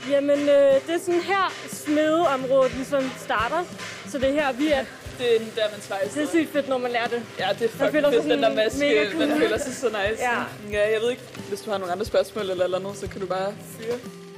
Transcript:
Jamen, det er sådan her smedeområdet ligesom starter. Så det er her, vi er. Det er der, man svejser. Det er sygt fedt, når man lærer det. Ja, det er fucking fedt, den der maske. Man føler sig så nice. Ja. Ja, jeg ved ikke, hvis du har nogle andre spørgsmål eller noget, så kan du bare fyre.